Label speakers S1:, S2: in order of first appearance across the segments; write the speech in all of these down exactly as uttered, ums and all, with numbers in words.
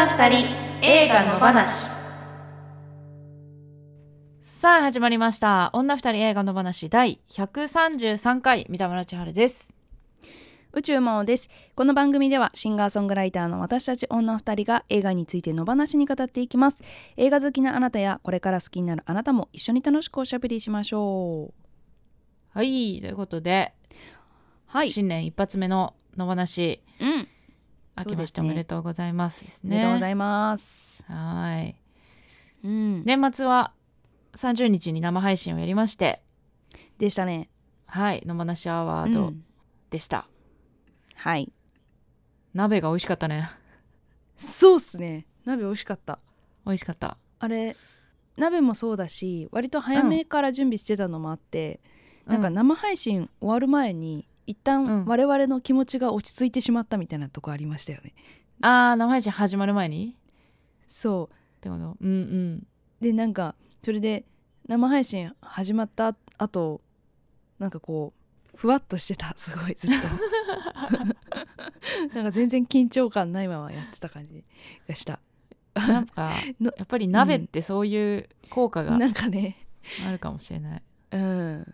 S1: 女二人映画の話。さあ始まりました。女二人映画の話第ひゃくさんじゅうさんかい、三田村千春です。
S2: 宇宙魔王です。この番組ではシンガーソングライターの私たち女二人が映画についての話に語っていきます。映画好きなあなたやこれから好きになるあなたも一緒に楽しくおしゃべりしましょう。
S1: はい、ということで、はい、新年一発目のの話、うん、明けましておめでとうございますですね。
S2: おめでとうございます。
S1: はい、
S2: うん、
S1: 年末はさんじゅうにちに生配信をやりまして
S2: でしたね。
S1: はい、の話アワードでした、
S2: うん、はい。
S1: 鍋が美味しかったね。
S2: そうっすね、鍋美味しかった。
S1: 美味しかった。
S2: あれ鍋もそうだし、割と早めから準備してたのもあって、うん、なんか生配信終わる前に一旦我々の気持ちが落ち着いてしまったみたいなとこありましたよね、
S1: うん、あー、生配信始まる前に
S2: そう
S1: ってこと。うんうん。で
S2: なんかそれで生配信始まった後なんかこうふわっとしてた、すごいずっとなんか全然緊張感ないままやってた感じがした。
S1: なんかやっぱり鍋ってそういう効果が
S2: なんかね
S1: あるかもしれない。
S2: うん、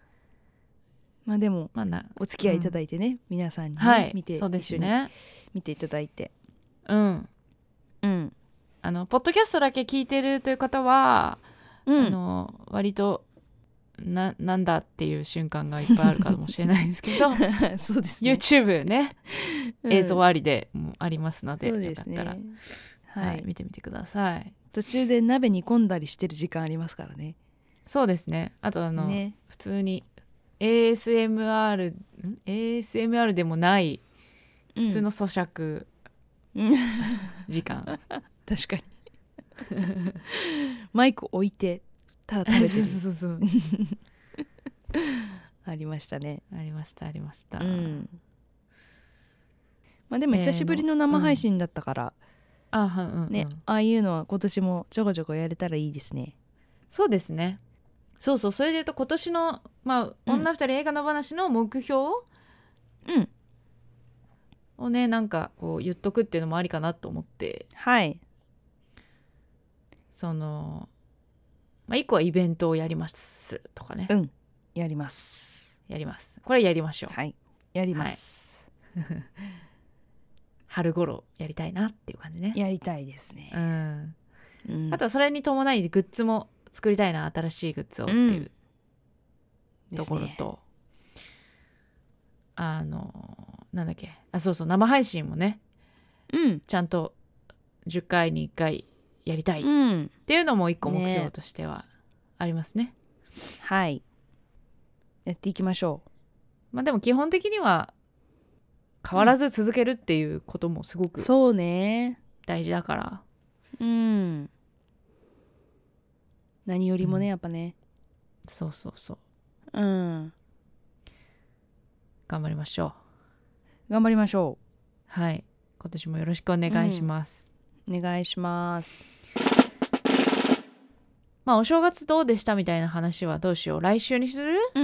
S2: まあでも、まあ、なお付き合いいただいてね、うん、皆さんに、ね、はい、見て
S1: そうですね、
S2: 一緒に見ていただいて、
S1: うんうん、あのポッドキャストだけ聞いてるという方は、うん、あの割とな, なんだっていう瞬間がいっぱいあるかもしれないんですけど
S2: そうですね、
S1: YouTube ね、うん、映像ありでもありますので、
S2: そうですね、
S1: よかったら、はいはい、見てみてください。
S2: 途中で鍋煮込んだりしてる時間ありますからね。
S1: そうですね。あとあの、ね、普通に エーエスエムアール ん エーエスエムアール でもない普通の咀嚼、うん、時間
S2: 確かにマイク置いてただ食べてる
S1: そうそうそう
S2: ありましたね。
S1: ありましたありました、うん、
S2: まあでも久しぶりの生配信だったから、
S1: えーうん、あ、うんうん、
S2: ね、ああいうのは今年もちょこちょこやれたらいいですね。
S1: そうですね。そうそう、それで言うと今年の、まあ、女二人映画の話の目標、うん、をね、なんかこう言っとくっていうのもありかなと思って、
S2: はい、
S1: その、まあ、いっこはイベントをやりますとかね。
S2: うん、やります
S1: やります。これやりましょう。
S2: はい、やります、
S1: はい、春頃やりたいなっていう感じね。
S2: やりたいですね、
S1: うんうん、あとはそれに伴いグッズも作りたいな、新しいグッズをっていう、うん、ところと、ね、あのなんだっけ、あ、そうそう、生配信もね、うん、ちゃんとじゅっかいにいっかいやりたいっていうのも一個目標としてはありますね、ね、
S2: はい、やっていきましょう。
S1: まあでも基本的には変わらず続けるっていうこともすごく
S2: そうね、
S1: 大事だから、
S2: うん、何よりもね、うん、やっぱね、
S1: そうそうそう、
S2: うん、
S1: 頑張りましょ
S2: う頑張りましょう。
S1: はい、今年もよろしくお願いします、
S2: うん、お願いします。
S1: まあお正月どうでしたみたいな話はどうしよう、来週にする？
S2: うん、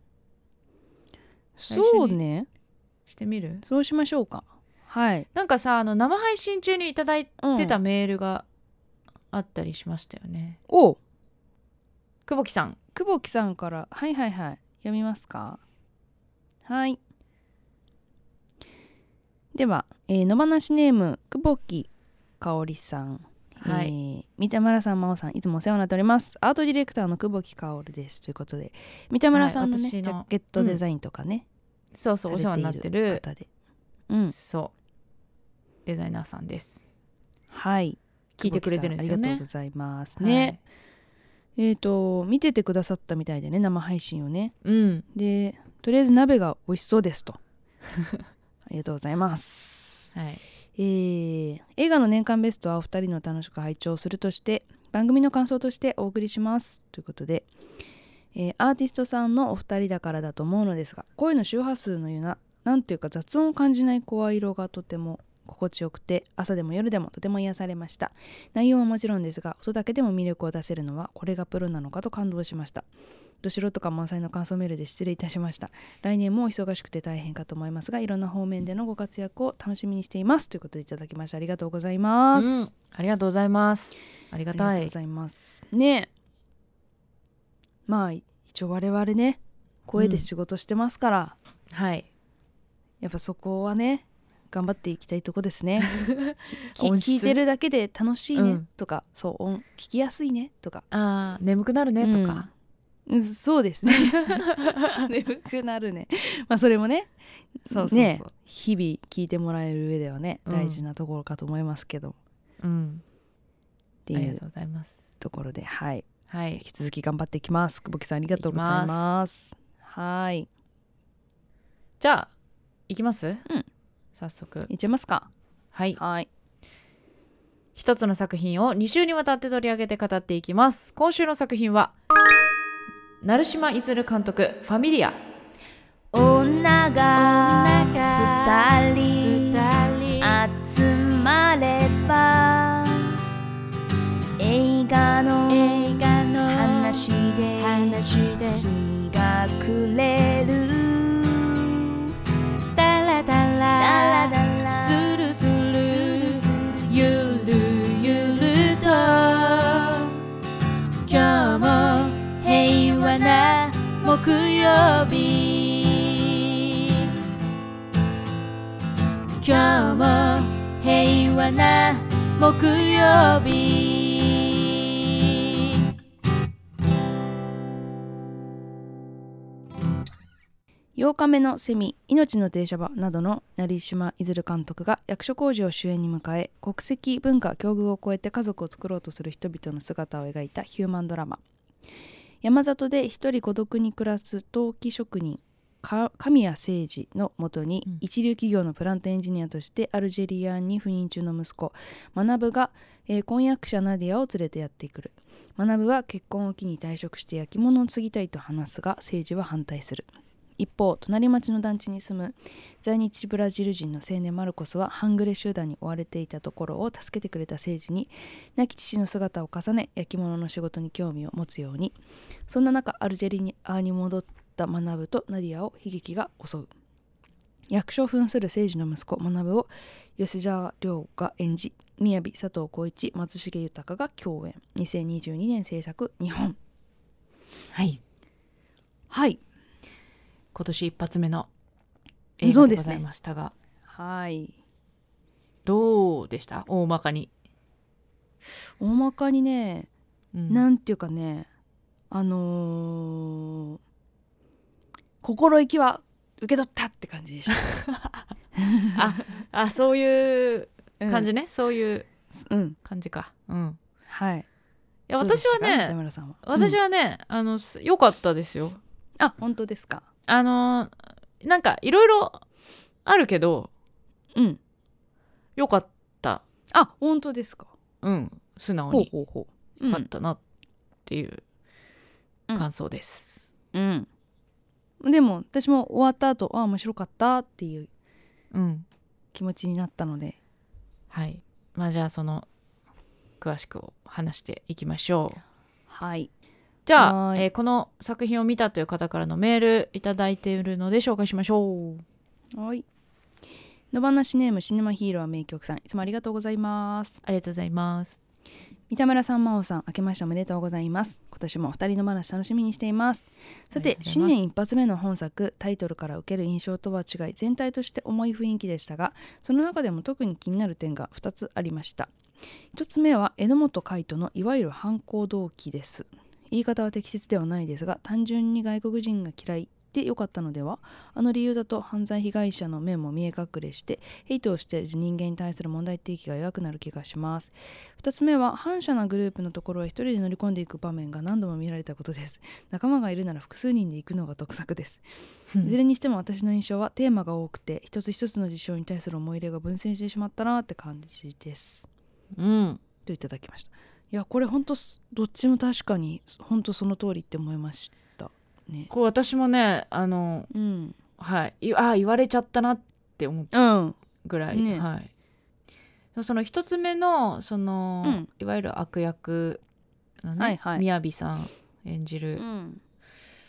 S2: そうね、
S1: してみる？
S2: そうしましょうか。はい。
S1: なんかさ、あの生配信中にいただいてたメールがあったりしましたよね、
S2: うん、お
S1: 久保木さん
S2: 久保木さんから、はいはいはい、読みますか。はい、では、えー、野放しネーム久保木香織さん、はい、えー、三田村さん、真央さん、いつもお世話になっております。アートディレクターの久保木香織ですということで、三田村さんのね、はい、のジャケットデザインとかね、
S1: うん、そうそう、お世話になってる
S2: 方で、うん、
S1: そうデザイナーさんです。
S2: はい、
S1: 聞いてくれてるんですよね。
S2: ありがとうございますね、はい、えっ、ー、と見ててくださったみたいでね、生配信をね、うん、でとりあえず鍋が美味しそうですとありがとうございます、はい、えー、映画の年間ベストはお二人の楽しく拝聴するとして番組の感想としてお送りしますということで、えー、アーティストさんのお二人だからだと思うのですが、声の周波数のようななんというか雑音を感じない声色がとても心地よくて、朝でも夜でもとても癒されました。内容はもちろんですが、音だけでも魅力を出せるのはこれがプロなのかと感動しました。 ど素人感満載の感想メールで失礼いたしました。来年も忙しくて大変かと思いますが、いろんな方面でのご活躍を楽しみにしていますということでいただきました。ありがとうございます、うん、
S1: ありがとうございます。ありがたい。
S2: ありがとうございますね。まあ一応我々ね声で仕事してますから、
S1: うん、はい、
S2: やっぱそこはね頑張っていきたいとこですね聞いてるだけで楽しいねとか、うん、そう音聞きやすいねとか、
S1: あ眠くなるねとか、
S2: うん、そうですね眠くなるねまあそれもね
S1: そうそうそう、
S2: ね日々聞いてもらえる上ではね、うん、大事なところかと思いますけど、
S1: うん、
S2: っていう
S1: ありがとうございます
S2: ところで、はい、
S1: はい、
S2: 引き続き頑張っていきます。久保木さんありがとうございます。はい、
S1: じゃあいきます、
S2: うん、
S1: 早速
S2: いっちゃいますか。
S1: はい、
S2: はい、
S1: 一つの作品をに週にわたって取り上げて語っていきます。今週の作品は成島出監督ファミリア。
S2: 女が二人集まれば映画の話で日が暮れる。ダラダラズルズルゆるゆると今日も平和な木曜日。今日も平和な木曜日。ようかめのセミ、命の停車場などの成島出監督が役所広司を主演に迎え、国籍文化境遇を超えて家族を作ろうとする人々の姿を描いたヒューマンドラマ。山里で一人孤独に暮らす陶器職人神谷誠司のもとに、一流企業のプラントエンジニアとしてアルジェリアに赴任中の息子学が、えー、婚約者ナディアを連れてやってくる。学は結婚を機に退職して焼き物を継ぎたいと話すが、誠司は反対する。一方、隣町の団地に住む在日ブラジル人の青年マルコスは半グレ集団に追われていたところを助けてくれた誠司に亡き父の姿を重ね、焼き物の仕事に興味を持つように。そんな中、アルジェリアに戻った学とナディアを悲劇が襲う。役所を扮する誠司の息子学を吉沢亮が演じ、宮城佐藤浩市、松重豊が共演。にせんにじゅうにねん制作、日本。
S1: はい
S2: はい、
S1: 今年一発目の映画でございましたが、ね、
S2: はい、
S1: どうでした？大まかに
S2: 大まかにね、うん、なんていうかね、あのー、心意気は受け取ったって感じでした
S1: あ, あそういう感じね、うん、そういう感じか、うん、
S2: はい。い
S1: や私はね
S2: 田村さんは
S1: 私はね、うん、あの良かったですよ。
S2: あ、本当ですか。
S1: あのー、なんかいろいろあるけど、うん良かった。
S2: あ、本当ですか。
S1: うん素直に良かったなっていう感想です。
S2: うん、うん、でも私も終わった後、あ面白かったっていう気持ちになったので、うん、
S1: はい。まあじゃあその詳しく話していきましょう。
S2: はい。
S1: じゃあ、えー、この作品を見たという方からのメールいただいているので紹介しましょう。
S2: はい。野放しネームシネマヒーロー名曲さん、いつもありがとうございます。
S1: ありがとうございます。
S2: 三田村さん、真央さん、明けましておめでとうございます。今年もお二人の話楽しみにしています。さて、新年一発目の本作、タイトルから受ける印象とは違い、全体として重い雰囲気でしたが、その中でも特に気になる点がふたつありました。ひとつめは榎本海斗のいわゆる犯行動機です。言い方は適切ではないですが、単純に外国人が嫌いで良かったのでは。あの理由だと犯罪被害者の面も見え隠れしてヘイトをしている人間に対する問題提起が弱くなる気がします。ふたつめは反社なグループのところへ一人で乗り込んでいく場面が何度も見られたことです。仲間がいるなら複数人で行くのが得策です。いずれにしても私の印象はテーマが多くて一つ一つの事象に対する思い入れが分散してしまったなって感じです。
S1: うん
S2: といただきました。いやこれ本当どっちも確かに本当その通りって思いましたね。
S1: こう私もねあの、うん、はいあ言われちゃったなって思ったぐらい、うんね、はいその一つ目のその、うん、いわゆる悪役のね、はいはい、宮城さん演じる、うん、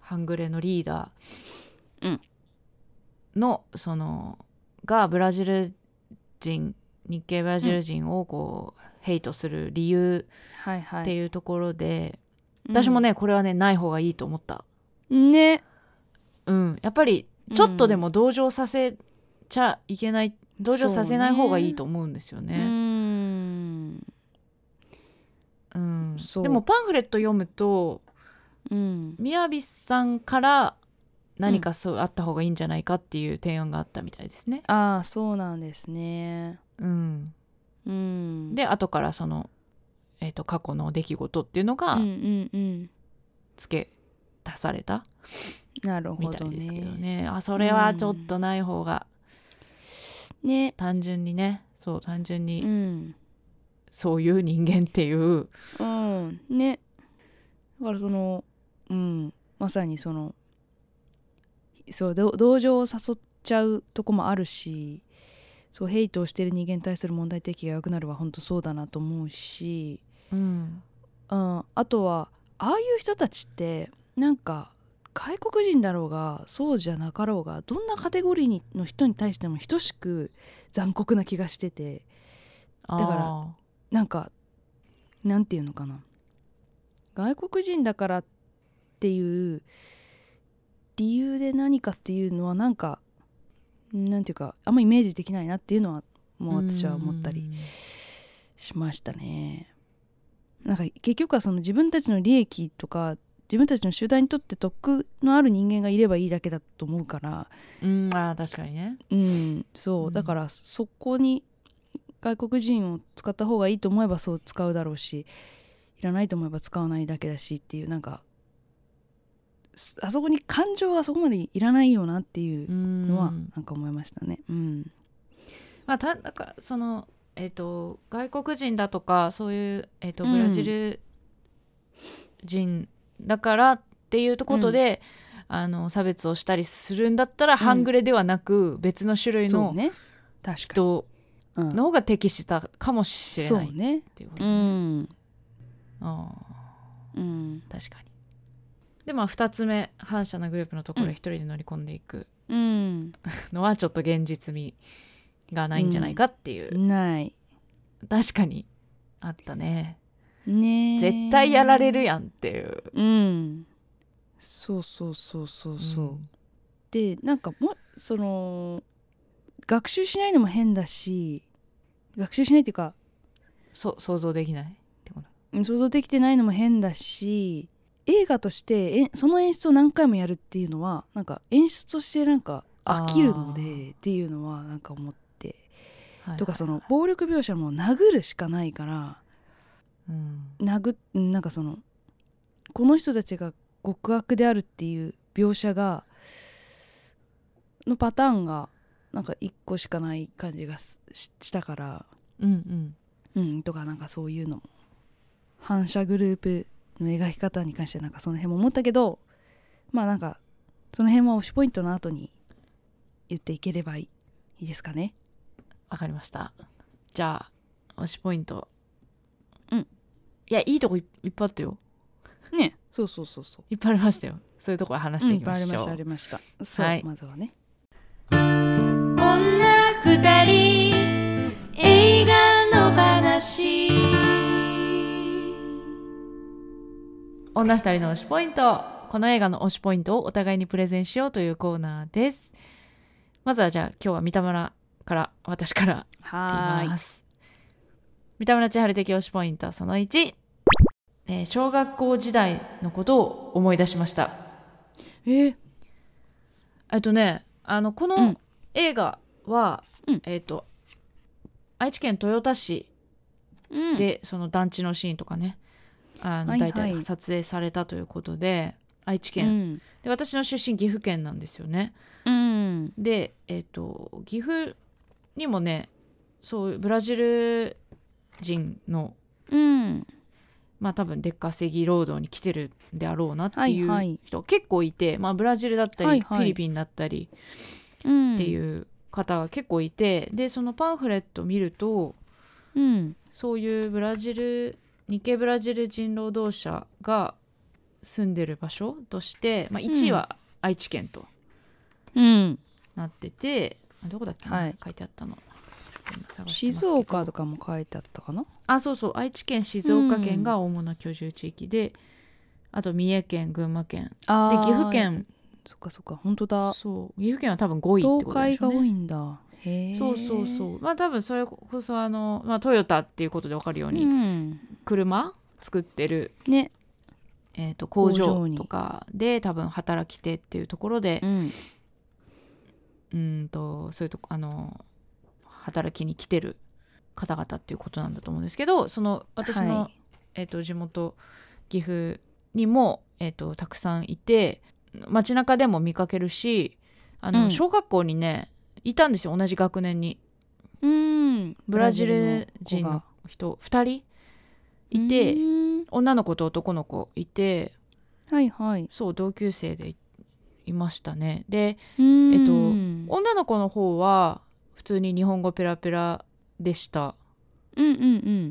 S1: 半グレのリーダーの、うん、そのがブラジル人日系ブラジル人をこう、うん、ヘイトする理由っていうところで、はいはい、私もね、うん、これはねない方がいいと思った
S2: ね。
S1: うん、やっぱりちょっとでも同情させちゃいけない、うん、同情させない方がいいと思うんですよね。う、ね、うんうん、でもパンフレット読むと、うん、みやびさんから何かそうあった方がいいんじゃないかっていう提案があったみたいですね。
S2: うん、ああそうなんですね。
S1: うんうん、で後からその、えーと、過去の出来事っていうのが付け足されたみたいですけどね。あそれはちょっとない方が、うん、ね、単純にね、そう単純に、うん、そういう人間っていう、
S2: うんね、だからその、うん、まさにそのそう同情を誘っちゃうとこもあるし、そうヘイトをしてる人間に対する問題提起が良くなるは本当そうだなと思うし、うんうん、あとはああいう人たちってなんか外国人だろうがそうじゃなかろうがどんなカテゴリーの人に対しても等しく残酷な気がしてて、だからなんかなんていうのかな、外国人だからっていう理由で何かっていうのはなんかなんていうかあんまイメージできないなっていうのはもう私は思ったりしましたね。なんか結局はその自分たちの利益とか自分たちの集団にとって得のある人間がいればいいだけだと思うから、
S1: うん、あ確かにね、
S2: うん、そう、うん、だからそこに外国人を使った方がいいと思えばそう使うだろうし、いらないと思えば使わないだけだしっていう、なんかあそこに感情はそこまでいらないよなっていうのはなんか思いましたね。うん、
S1: まあ、ただからその、えーと、外国人だとかそういう、えーと、ブラジル人だからっていうことで、うん、あの差別をしたりするんだったら、うん、半グレではなく別の種類の人の方が適したかもしれないっていうことね。うんあうん、確かに。でまあふたつめ、反社なグループのところへ一人で乗り込んでいくのはちょっと現実味がないんじゃないかっていう、うん、
S2: ない
S1: 確かにあったね。
S2: ね
S1: 絶対やられるやんっていう、
S2: うん、そうそうそうそうそう、うん、でなんかもその学習しないのも変だし、学習しないっていうか
S1: そ想像できないってこと、
S2: 想像できてないのも変だし、映画としてえその演出を何回もやるっていうのはなんか演出としてなんか飽きるのでっていうのはなんか思って、はいはいはい、とかその暴力描写も殴るしかないから、うん、殴なんかそのこの人たちが極悪であるっていう描写がのパターンがなんかいっこしかない感じが し, したから、うんうんうん、とかなんかそういうのも反社グループの描き方に関してなんかその辺も思ったけど、まあなんかその辺は推しポイントの後に言っていければいい、いいですかね。
S1: わかりました。じゃあ推しポイント、
S2: うん
S1: いやいいとこ い, いっぱいあったよ
S2: ね。そうそうそうそう、
S1: いっぱいありましたよ。そういうところ話していきましょう、
S2: うん、ありましたありました。そう、はい、まずはね、
S1: 女二人映画の話、女二人の推しポイント。この映画の推しポイントをお互いにプレゼンしようというコーナーです。まずはじゃあ今日は三田村から私から言います。三田村千春的推しポイントそのいち、えー、小学校時代のことを思い出しました。
S2: えー、
S1: えっとねあのこの映画は、うん、えっと愛知県豊田市で、うん、その団地のシーンとかね、あの、はいはい、大体撮影されたということで愛知県、うん、で私の出身岐阜県なんですよね、うん、で、えーと、岐阜にもねそういうブラジル人の、うん、まあ多分出稼ぎ労働に来てるんであろうなっていう人、はいはい、結構いて、まあ、ブラジルだったり、はいはい、フィリピンだったり、うん、っていう方が結構いて、でそのパンフレット見ると、うん、そういうブラジル日系ブラジル人労働者が住んでる場所として、まあ、いちいは愛知県となってて、うん、どこだっけな、はい、書いてあったの
S2: 静岡とかも書いてあったかな。
S1: あ、そうそう、愛知県静岡県が主な居住地域で、うん、あと三重県群馬県で岐阜県、
S2: そっかそっか、本当だ。
S1: そう岐阜県は多分ごいってことでしょうね。
S2: 東海が多いんだ。へ
S1: そうそうそう。まあ多分それこそあの、まあ、トヨタっていうことで分かるように、うん、車作ってる、ねえー、と工場とかで多分働き手っていうところで、うん、うんとそういうとこあの働きに来てる方々っていうことなんだと思うんですけど、その私の、はいえー、と地元岐阜にも、えー、とたくさんいて、街中でも見かけるし、あの、うん、小学校にねいたんですよ、同じ学年に。うんブラジル人の人ふたりいて、女の子と男の子いて、
S2: はいはい、
S1: そう同級生で い, いましたね。で、えっと、女の子の方は普通に日本語ペラペラでした。うんうんうん、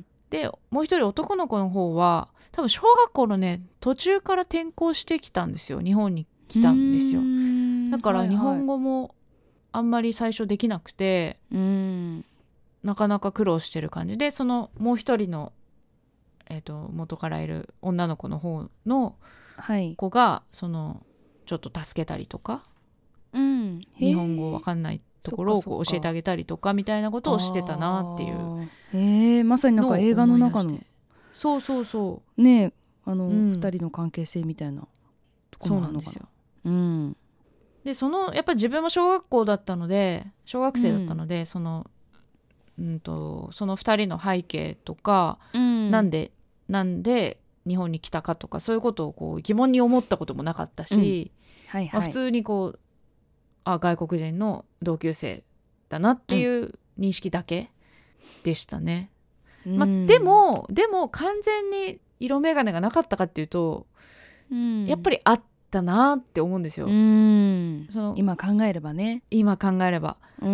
S1: でもう一人男の子の方は多分小学校のね途中から転校してきたんですよ、日本に来たんですよ。だから日本語もあんまり最初できなくて、はいはい、うんなかなか苦労してる感じで、そのもう一人の、えーと、元からいる女の子の方の子が、はい、そのちょっと助けたりとか、うん、日本語わかんないところをこう教えてあげたりとかみたいなことをしてたなっていう。
S2: へえ、まさになんか映画の中の
S1: そうそうそう
S2: ね、あの、うん、ふたりの関係性みたいなところもあるのかな。そうなんですよ、
S1: うん、でそのやっぱ自分も小学校だったので小学生だったので、うん、そのうんとそのふたりの背景とか、うん、なんでなんで日本に来たかとかそういうことをこう疑問に思ったこともなかったし、うんはいはいまあ、普通にこうあ外国人の同級生だなっていう認識だけでしたね、うんまあ、でもでも完全に色眼鏡がなかったかっていうと、うん、やっぱりあったなって思うんですよ、うん、
S2: その今考えればね
S1: 今考えれば、うん、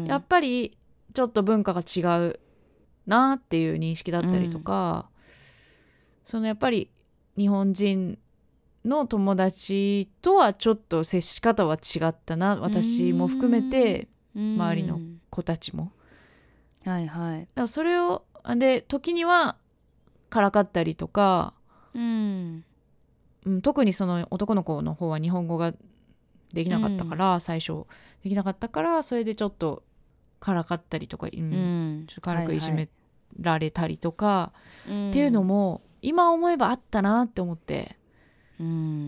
S1: やっぱりちょっと文化が違うなっていう認識だったりとか、うん、そのやっぱり日本人の友達とはちょっと接し方は違ったな、私も含めて周りの子たちも、
S2: はいはい、
S1: だからそれをで時にはからかったりとか、うんうん、特にその男の子の方は日本語ができなかったから、うん、最初できなかったからそれでちょっとからかったりとか、うんうん、ちょっと軽くいじめられたりとか、はいはい、っていうのも今思えばあったなって思って、
S2: うん、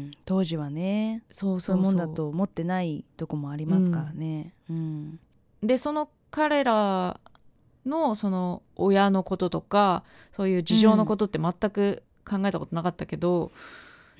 S2: 当時はねそうそうそう、そういうもんだと思ってないとこもありますからね、うん
S1: うん、でその彼らのその親のこととかそういう事情のことって全く考えたことなかったけど、うん、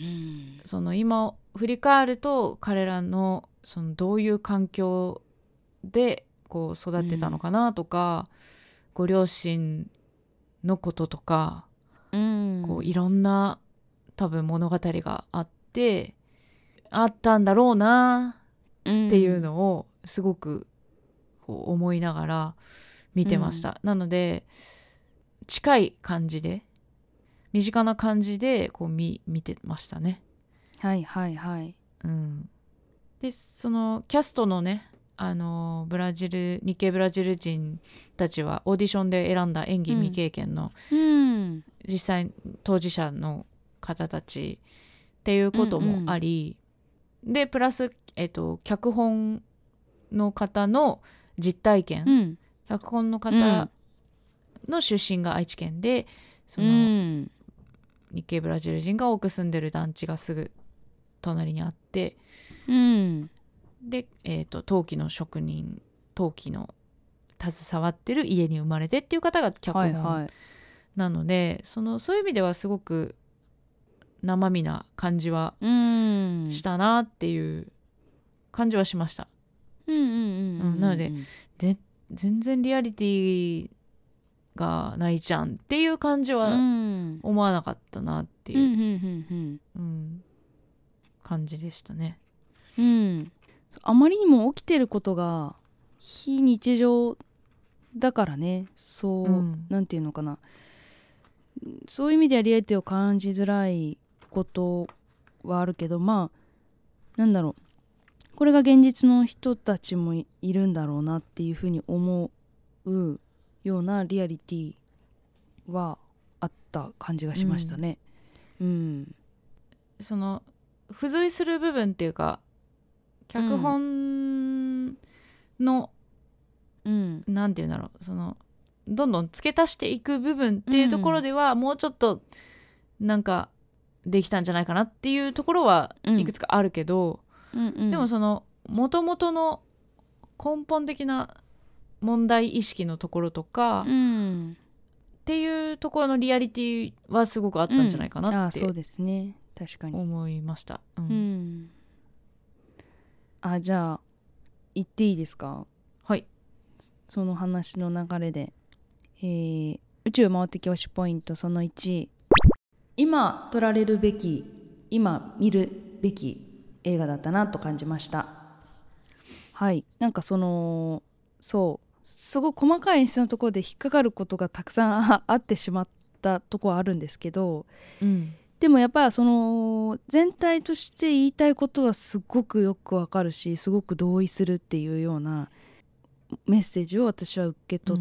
S1: その今振り返ると彼らのそのどういう環境でこう育ってたのかなとか、うん、ご両親のこととか、うん、こういろんな多分物語があってあったんだろうなっていうのをすごくこう思いながら見てました、うん、なので近い感じで身近な感じでこう 見, 見てましたね。
S2: はいはいはい、
S1: うん、でそのキャストのねあのブラジル日系ブラジル人たちはオーディションで選んだ演技未経験の、うんうん、実際当事者の方たちっていうこともあり、うんうん、でプラス、えっと、脚本の方の実体験、うん、脚本の方の出身が愛知県でその、うん、日系ブラジル人が多く住んでる団地がすぐ隣にあって、うん、で、えーと、陶器の職人陶器の携わってる家に生まれてっていう方が脚本なので、はいはい、そのそういう意味ではすごく生身な感じはしたなっていう感じはしました。なのでで全然リアリティがないじゃんっていう感じは思わなかったなっていう、うんうんうん、感じでしたね。
S2: うん、あまりにも起きてることが非日常だからね、そう、うん、なんていうのかな、そういう意味ではリアリティを感じづらいことはあるけど、まあなんだろう、これが現実の人たちも い, いるんだろうなっていうふうに思うようなリアリティはあった感じがしましたね。うん、うん、
S1: その付随する部分っていうか脚本の、うん、なんていうんだろう、そのどんどん付け足していく部分っていうところでは、うん、もうちょっとなんかできたんじゃないかなっていうところはいくつかあるけど、うんうんうん、でもその元々の根本的な問題意識のところとか、うん、っていうところのリアリティはすごくあったんじゃないかなって、うん、あ
S2: そうですね、確かに
S1: 思いました、うん
S2: うん、あじゃあ言っていいですか。
S1: はい。
S2: その話の流れで、えー、宇宙回ってき推しポイントそのいち、今撮られるべき今見るべき映画だったなと感じました。はい、なんかそのそうすごい細かい演出のところで引っかかることがたくさんあってしまったところはあるんですけど、うん、でもやっぱその全体として言いたいことはすごくよくわかるし、すごく同意するっていうようなメッセージを私は受け取って、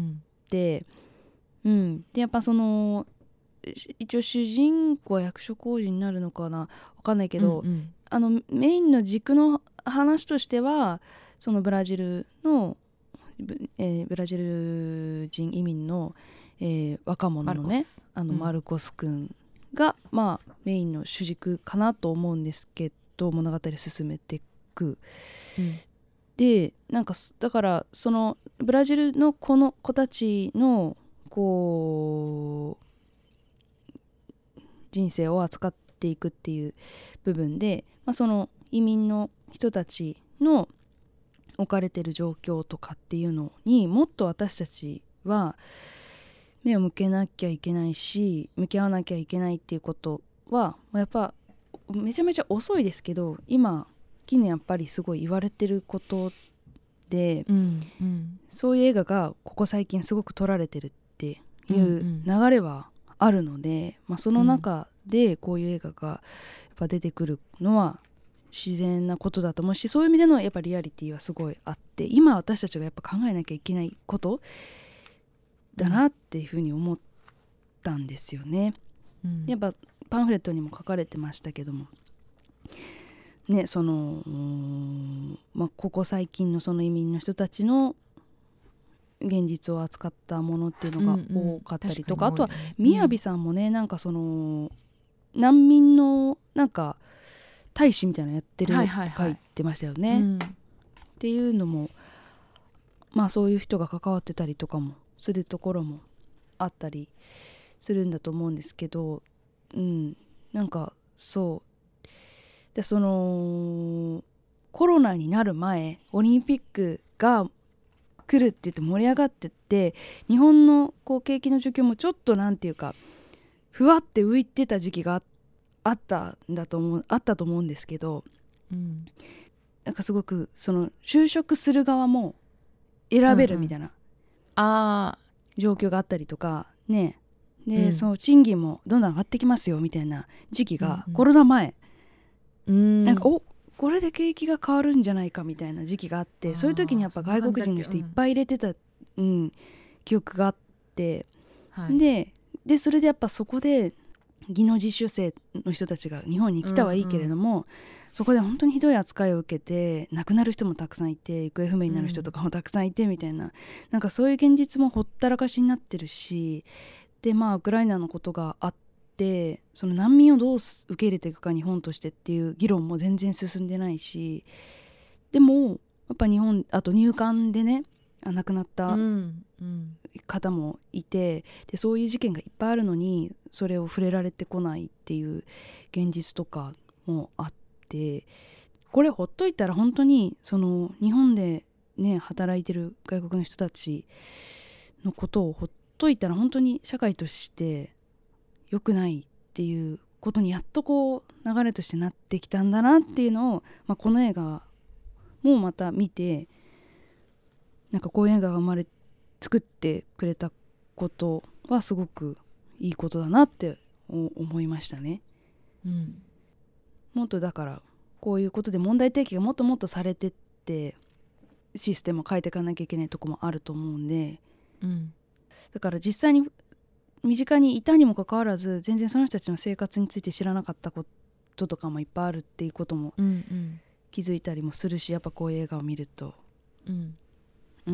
S2: うん、うん、でやっぱその一応主人公は役所広司になるのかなわかんないけど、うんうん、あのメインの軸の話としてはそのブラジルの、えー、ブラジル人移民の、えー、若者のねあのマルコス君が、うん、まあメインの主軸かなと思うんですけど、物語を進めていく、うん、でなんかだからそのブラジルのこの子たちのこう人生を扱っていくっていう部分で、まあ、その移民の人たちの置かれてる状況とかっていうのにもっと私たちは目を向けなきゃいけないし向き合わなきゃいけないっていうことはやっぱめちゃめちゃ遅いですけど今近年やっぱりすごい言われてることで、うんうん、そういう映画がここ最近すごく撮られてるっていう流れはあるので、うんうんまあ、その中でこういう映画がやっぱ出てくるのは自然なことだと思うし、そういう意味でのやっぱリアリティはすごいあって、今私たちがやっぱ考えなきゃいけないことだなっていうふうに思ったんですよね、うん、やっぱパンフレットにも書かれてましたけどもね、その、まあ、ここ最近のその移民の人たちの現実を扱ったものっていうのが多かったりとか、うんうん、あとはみやびさんもね、うん、なんかその難民のなんか大使みたいなのやってるって書いてましたよね、はいはいはい、っていうのもまあそういう人が関わってたりとかもするところもあったりするんだと思うんですけど、うん、なんかそうで、そのコロナになる前オリンピックが来るって言って盛り上がってって、日本のこう景気の状況もちょっとなんていうかふわって浮いてた時期があったんだと思うあったと思うんですけど、うん、なんかすごくその就職する側も選べるみたいな状況があったりとかね、で、うん、その賃金もどんどん上がってきますよみたいな時期がコロナ前、うん、なんかおこれで景気が変わるんじゃないかみたいな時期があって、そういう時にやっぱ外国人の人いっぱい入れてた、うん、記憶があって、はい、で, でそれでやっぱそこで技能実習生の人たちが日本に来たはいいけれども、うんうん、そこで本当にひどい扱いを受けて亡くなる人もたくさんいて行方不明になる人とかもたくさんいてみたいな、うん、なんかそういう現実もほったらかしになってるし、でまあウクライナのことがあってでその難民をどう受け入れていくか日本としてっていう議論も全然進んでないし、でもやっぱ日本あと入管でね亡くなった方もいて、でそういう事件がいっぱいあるのにそれを触れられてこないっていう現実とかもあって、これほっといたら本当にその日本でね働いてる外国の人たちのことをほっといたら本当に社会として良くないっていうことにやっとこう流れとしてなってきたんだなっていうのを、まあ、この映画もまた見て、なんかこういう映画が生まれ作ってくれたことはすごくいいことだなって思いましたね、うん、 もっとだからこういうことで問題提起がもっともっとされてってシステムを変えていかなきゃいけないとこもあると思うんで、
S1: うん、
S2: だから実際に身近にいたにもかかわらず全然その人たちの生活について知らなかったこととかもいっぱいあるっていうことも気づいたりもするし、やっぱこういう映画を見ると、
S1: うん
S2: うん、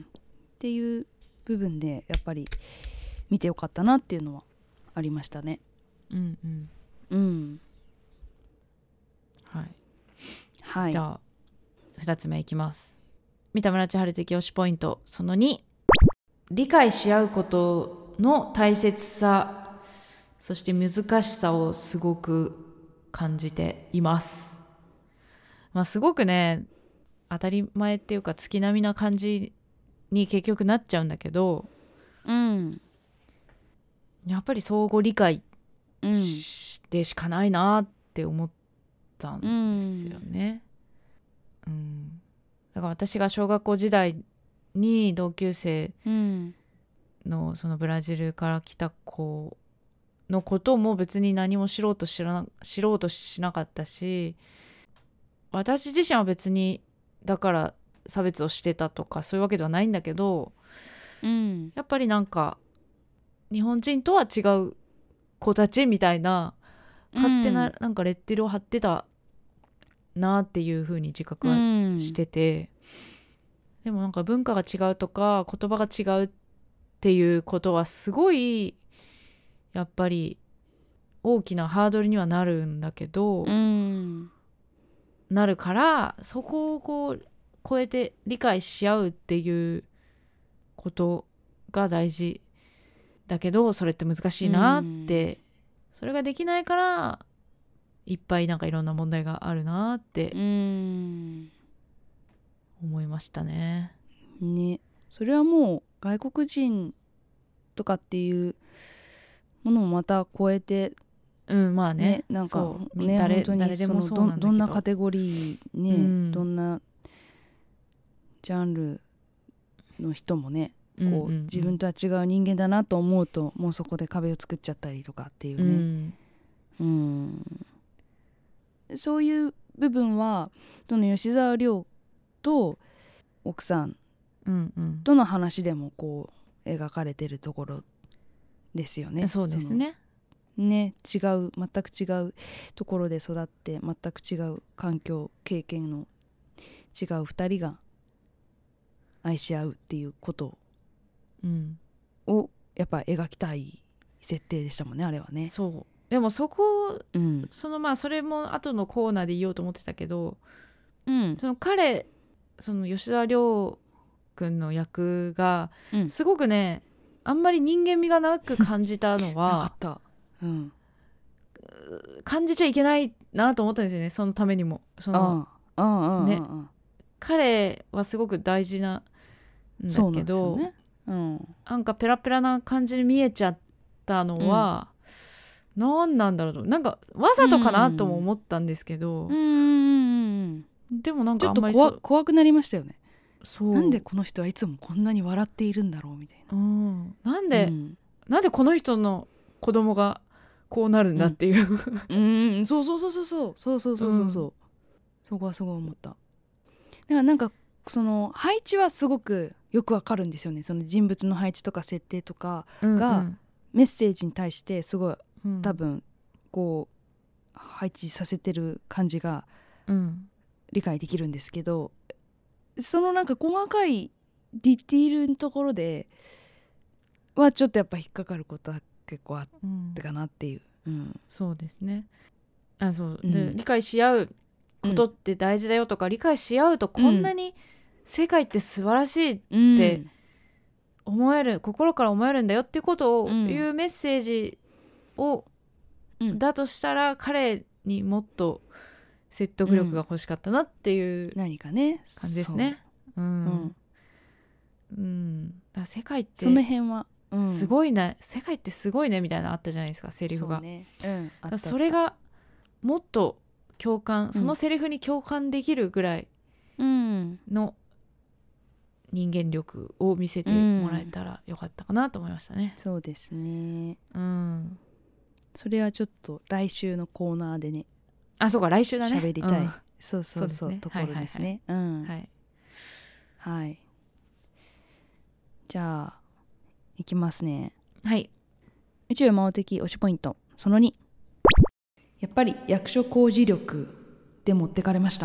S2: っていう部分でやっぱり見てよかったなっていうのはありましたね。
S1: うんうん
S2: うん
S1: はい、
S2: はい、
S1: じゃあふたつめいきます。三田村千春的推しポイントそのに、理解し合うことの大切さ、そして難しさをすごく感じています。まあすごくね当たり前っていうか月並みな感じに結局なっちゃうんだけど、
S2: うん、
S1: やっぱり相互理解
S2: うん
S1: してしかないなって思ったんですよね、うんうん、だから私が小学校時代に同級生のそのブラジルから来た子のことも別に何も知ろうと知らな知ろうとしなかったし、私自身は別にだから差別をしてたとかそういうわけではないんだけど、
S2: うん、
S1: やっぱりなんか日本人とは違う子たちみたいな勝手な、うん、なんかレッテルを貼ってたなっていう風に自覚はしてて、うん、でもなんか文化が違うとか言葉が違うっていうことはすごいやっぱり大きなハードルにはなるんだけど、
S2: うん、
S1: なるからそこをこう超えて理解し合うっていうことが大事だけど、それって難しいなって、うん、それができないからいっぱいなんかいろんな問題があるなって思いましたね。
S2: ね、それはもう外国人とかっていうものもまた超えて、
S1: うんまあね、
S2: ねなんかね
S1: 誰
S2: 本当に
S1: 誰でもそうなんだけど、
S2: どんなカテゴリーね、うん、どんなジャンルの人もね、こう、うんうんうん、自分とは違う人間だなと思うともうそこで壁を作っちゃったりとかっていうね、うんうん、そういう部分はその吉沢亮と奥さんとの話でもこう描かれてるところですよね。
S1: そうですね。
S2: ね、違う全く違うところで育って全く違う環境経験の違うふたりが愛し合うっていうことをやっぱ描きたい設定でしたもんね、あれはね。
S1: そうでもそこ、
S2: うん、
S1: そのまあそれも後のコーナーで言おうと思ってたけど、
S2: うん、
S1: その彼その吉田亮君の役がすごくね、うん、あんまり人間味がなく感じたのは
S2: なかった、うん、
S1: 感じちゃいけないなと思ったんですよね。そのためにもそのね、彼はすごく大事なんだけど、
S2: ね、うん、
S1: なんかペラペラな感じに見えちゃったのは、うん、何なんだろうと、なんかわざとかなとも思ったんですけど、
S2: うん、
S1: でもなんかあんまり
S2: ちょっと 怖, 怖くなりましたよね。
S1: そう
S2: なんでこの人はいつもこんなに笑っているんだろうみたいな、
S1: うん、なんで、うん、なんでこの人の子供がこうなるんだっていう、
S2: うん、うん、そうそうそうそうそうそうそうそうそうそう、うん、そこはすごい思った。だからなんかその配置はすごくよくわかるんですよね。その人物の配置とか設定とかがメッセージに対してすごい、うん、多分こう配置させてる感じが理解できるんですけど、そのなんか細かいディティールのところではちょっとやっぱ引っかかることは結構あったかなっていう、うんうん、
S1: そうですね。あそうで、うん、理解し合うことって大事だよとか、うん、理解し合うとこんなに世界って素晴らしいって思える、うん、心から思えるんだよっていうことを言うメッセージを、うん、だとしたら彼にもっと説得力が欲しかったなっていう
S2: 何かね
S1: 感じですね。うんうんうん、だから世界って
S2: その辺は
S1: すごいね、うん、世界ってすごいねみたいなのあったじゃないですか、セリフが。
S2: そうね、うん、あったあった。
S1: それがもっと共感、そのセリフに共感できるぐらいの人間力を見せてもらえたらよかったかなと思いましたね、
S2: うん、そうですね、
S1: うん、
S2: それはちょっと来週のコーナーでね
S1: あそうか来週だね
S2: 喋りたい、
S1: うん、
S2: そうそうそう、ね、ところですね。はいはいはい、うん
S1: はい
S2: はい、じゃあいきますね。
S1: はい。
S2: 宇宙魔王的推しポイントそのに、やっぱり役所広司力で持ってかれました。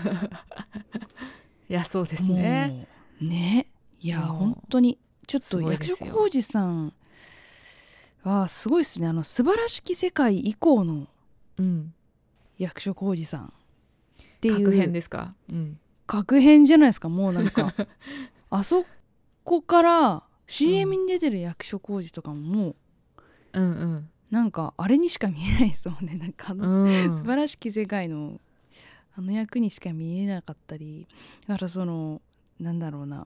S1: いやそうですね。
S2: もうね、いや本当にちょっと役所広司さんはすごいですね。あの素晴らしき世界以降の役所広司さんっていう、
S1: 確変ですか、うん、
S2: 確変じゃないですか。もうなんかあそこから シーエム に出てる役所広司とかももう、
S1: うんうん、
S2: なんかあれにしか見えないですもんね。なんかあの、うん、素晴らしき世界のあの役にしか見えなかったり、だからそのなんだろうな、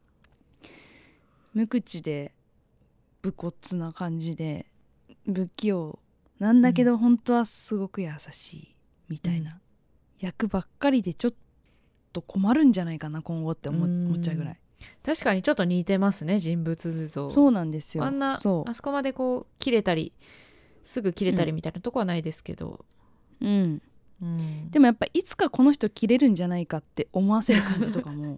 S2: 無口で武骨な感じで不器用なんだけど、うん、本当はすごく優しいみたいな、うん、役ばっかりでちょっと困るんじゃないかな今後って 思, 思っちゃうぐらい。
S1: 確かにちょっと似てますね人物像。
S2: そうなんですよ。
S1: あんなそうあそこまでこう切れたりすぐ切れたりみたいなとこはないですけど、
S2: うん、うん、でもやっぱいつかこの人切れるんじゃないかって思わせる感じとかも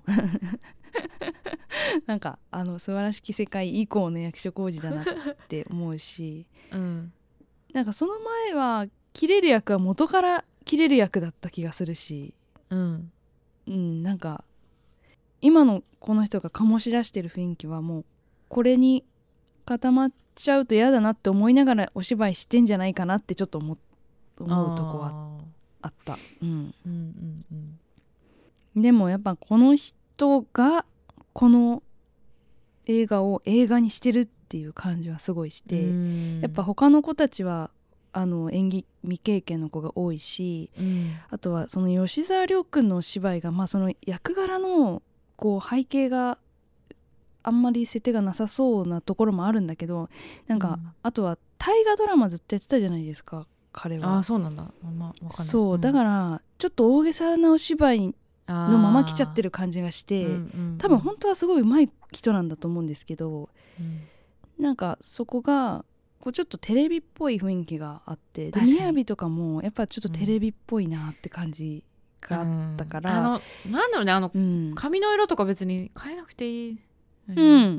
S2: なんかあの素晴らしき世界以降の役所広司だなって思うし、うん、なんかその前は切れる役は元から切れる役だった気がするし、うんうん、なんか今のこの人が醸し出してる雰囲気はもうこれに固まっちゃうと嫌だなって思いながらお芝居してんじゃないかなってちょっと 思, 思うとこはあった、うんうんうんうん、でもやっぱこの人がこの映画を映画にしてるっていう感じはすごいして、やっぱ他の子たちはあの演技未経験の子が多いし、うん、あとはその吉沢亮君のお芝居が、まあ、その役柄のこう背景があんまり設定がなさそうなところもあるんだけど、なんか、うん、あとは大河ドラマずっとやってたじゃないですか彼は。
S1: あそうなんだ、まあ、わかんない。
S2: そう、うん、だからちょっと大げさなお芝居のまま来ちゃってる感じがして、うんうんうん、多分本当はすごい上手い人なんだと思うんですけど、うん、なんかそこがこうちょっとテレビっぽい雰囲気があって、でみやびとかもやっぱちょっとテレビっぽいなって感じがあったから、
S1: うん、あのなんだろうね、あの、うん、髪の色とか別に変えなくていい、
S2: うん、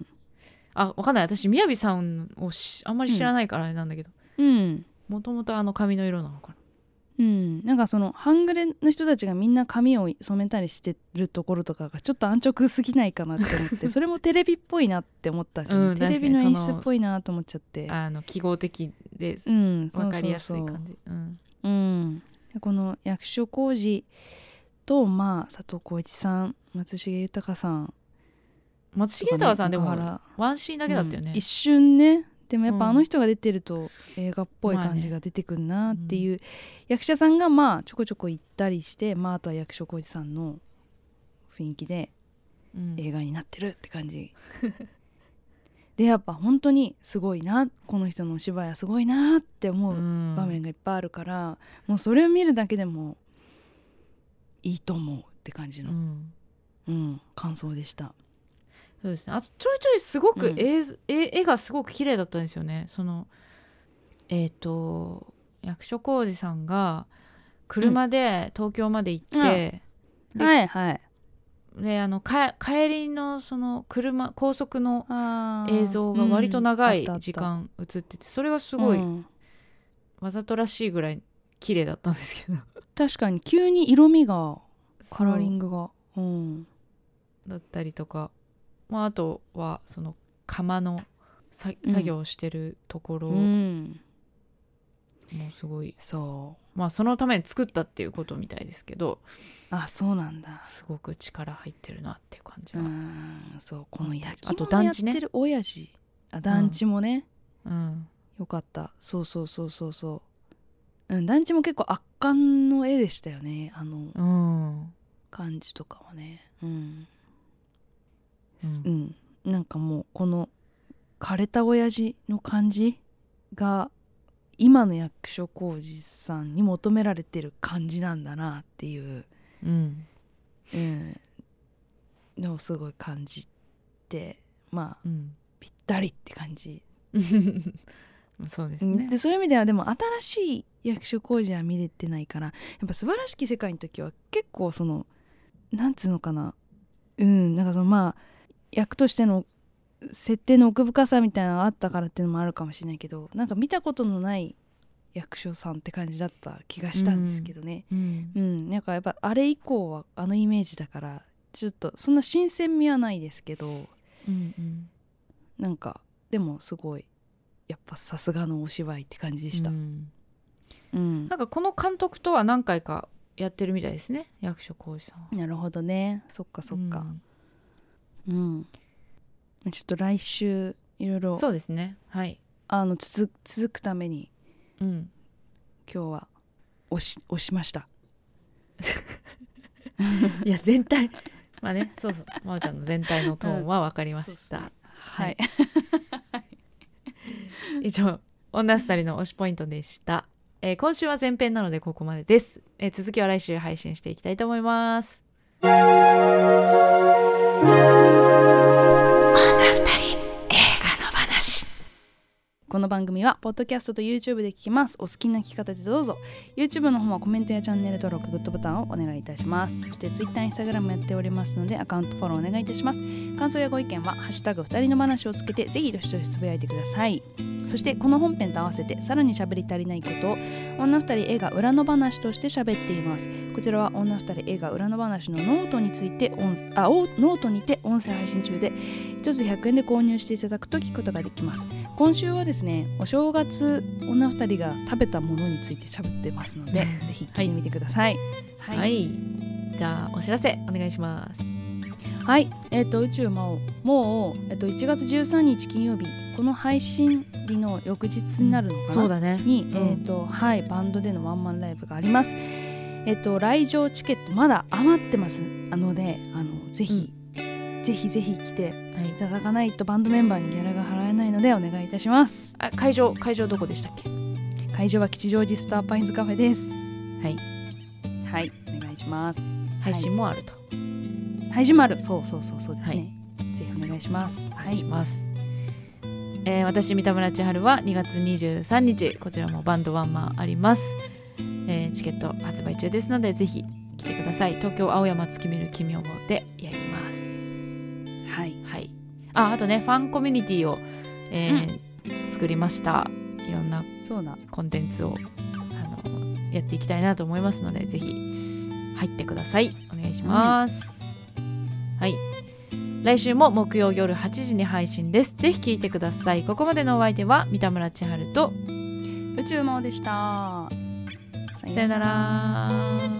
S1: あわかんない、私みやびさんをあんまり知らないからあれなんだけど、もともとあの髪の色なのかな。
S2: うん、なんかその半グレの人たちがみんな髪を染めたりしてるところとかがちょっと安直すぎないかなって思ってそれもテレビっぽいなって思ったんですよね、うん、テレビの演出っぽいなと思っちゃって、
S1: あの記号的で分かりやすい感じ、
S2: うんうん、この役所広司と、まあ、佐藤浩市さん、松重豊さん、
S1: 松重豊さんでもワンシーンだけだったよね、
S2: うん、一瞬ね。でもやっぱあの人が出てると映画っぽい感じが出てくるなっていう役者さんがまあちょこちょこ行ったりして、まあ、あとは役所広司さんの雰囲気で映画になってるって感じ、うん、でやっぱ本当にすごいな、この人のお芝居はすごいなって思う場面がいっぱいあるから、もうそれを見るだけでもいいと思うって感じの、うんうん、感想でした。
S1: そうですね、あとちょいちょいすごく 絵,、うん、絵がすごく綺麗だったんですよね。そのえっ、ー、と役所広司さんが車で東京まで行って、
S2: うん、はいはい
S1: であのか帰りのその車高速の映像が割と長い時間映ってて、それがすごいわざとらしいぐらい綺麗だったんですけど
S2: 確かに急に色味がカラーリングが、うん、
S1: だったりとか、まあ、あとはその窯の作業をしてるところ、うん、もうすごい、そう、まあそのために作ったっていうことみたいですけど、
S2: あそうなんだ、
S1: すごく力入ってるなっていう感じは。
S2: うん、そうこの焼き物やってる親父、あ団地もね、うん、よかった。そうそうそうそうそう、うん、団地も結構圧巻の絵でしたよね、あの、うん、感じとかはね、うんうん、うん、なんかもうこの枯れた親父の感じが今の役所広司さんに求められてる感じなんだなっていう、うんうん、のをすごい感じて、まあ、うん、ぴったりって感じ
S1: そうですね。
S2: でそういう意味ではでも新しい役所広司は見れてないから、やっぱ素晴らしき世界の時は結構そのなんつうのかな、うんなんかそのまあ役としての設定の奥深さみたいなのがあったからっていうのもあるかもしれないけど、なんか見たことのない役所さんって感じだった気がしたんですけどね、うんうん、なんかやっぱあれ以降はあのイメージだからちょっとそんな新鮮味はないですけど、うんうん、なんかでもすごいやっぱさすがのお芝居って感じでした、うん
S1: うん、なんかこの監督とは何回かやってるみたいですね、役所広司さん。
S2: なるほどね、そっかそっか、うん、うん、ちょっと来週いろいろ
S1: そうですね、はい、
S2: あのつ続くために、
S1: うん、
S2: 今日は押し押しました
S1: いや全体まあね、そうそう、まおちゃんの全体のトーンは分かりました、うん、はい以上女ふたりの推しポイントでした。えー、今週は前編なのでここまでです。えー、続きは来週配信していきたいと思います。女ふ
S2: たり映画の話。この番組はポッドキャストと YouTube で聞きます。お好きな聞き方でどうぞ。 YouTube の方はコメントやチャンネル登録、グッドボタンをお願いいたします。そして Twitter、Instagram やっておりますのでアカウントフォローお願いいたします。感想やご意見はハッシュタグふたりの話をつけてぜひどしどしつぶやいてください。そしてこの本編と合わせてさらに喋り足りないことを女ふたり映画裏の話として喋っています。こちらは女ふたり映画裏の話のノートについて音あノートにて音声配信中でひとつひゃくえんで購入していただくと聞くことができます。今週はですね、お正月女ふたりが食べたものについて喋ってますのでぜひ聞いてみてください。
S1: はい、はい、じゃあお知らせお願いします。
S2: はい、えーと、宇宙魔王もう、えーと、いちがつじゅうさんにち金曜日、この配信日の翌日になるのかな、
S1: そうだね、
S2: に、うん、えーとはい、バンドでのワンマンライブがあります。えーと、来場チケットまだ余ってますので、あのぜひ、うん、ぜひぜひ来ていただかないとバンドメンバーにギャラが払えないのでお願いいたします。
S1: あ、会場会場どこでしたっけ？
S2: 会場は吉祥寺スターパインズカフェです。
S1: はい
S2: はい、お願いします。
S1: 配信もあると、はい、
S2: 配信もある、そうそうそうそうですね、はい、ぜひお願いします。
S1: お願いします、えー、私三田村千春はにがつにじゅうさんにちこちらもバンドワンマンあります、えー、チケット発売中ですのでぜひ来てください。東京青山月見る奇妙でやります。
S2: はい、
S1: はい、あ, あとねファンコミュニティを、えーうん、作りました。いろんなコンテンツをあのやっていきたいなと思いますのでぜひ入ってください。お願いします、うん、はい、来週も木曜夜はちじに配信です。ぜひ聞いてください。ここまでのお相手は三田村千春と
S2: 宇宙魔王でした。
S1: さよなら。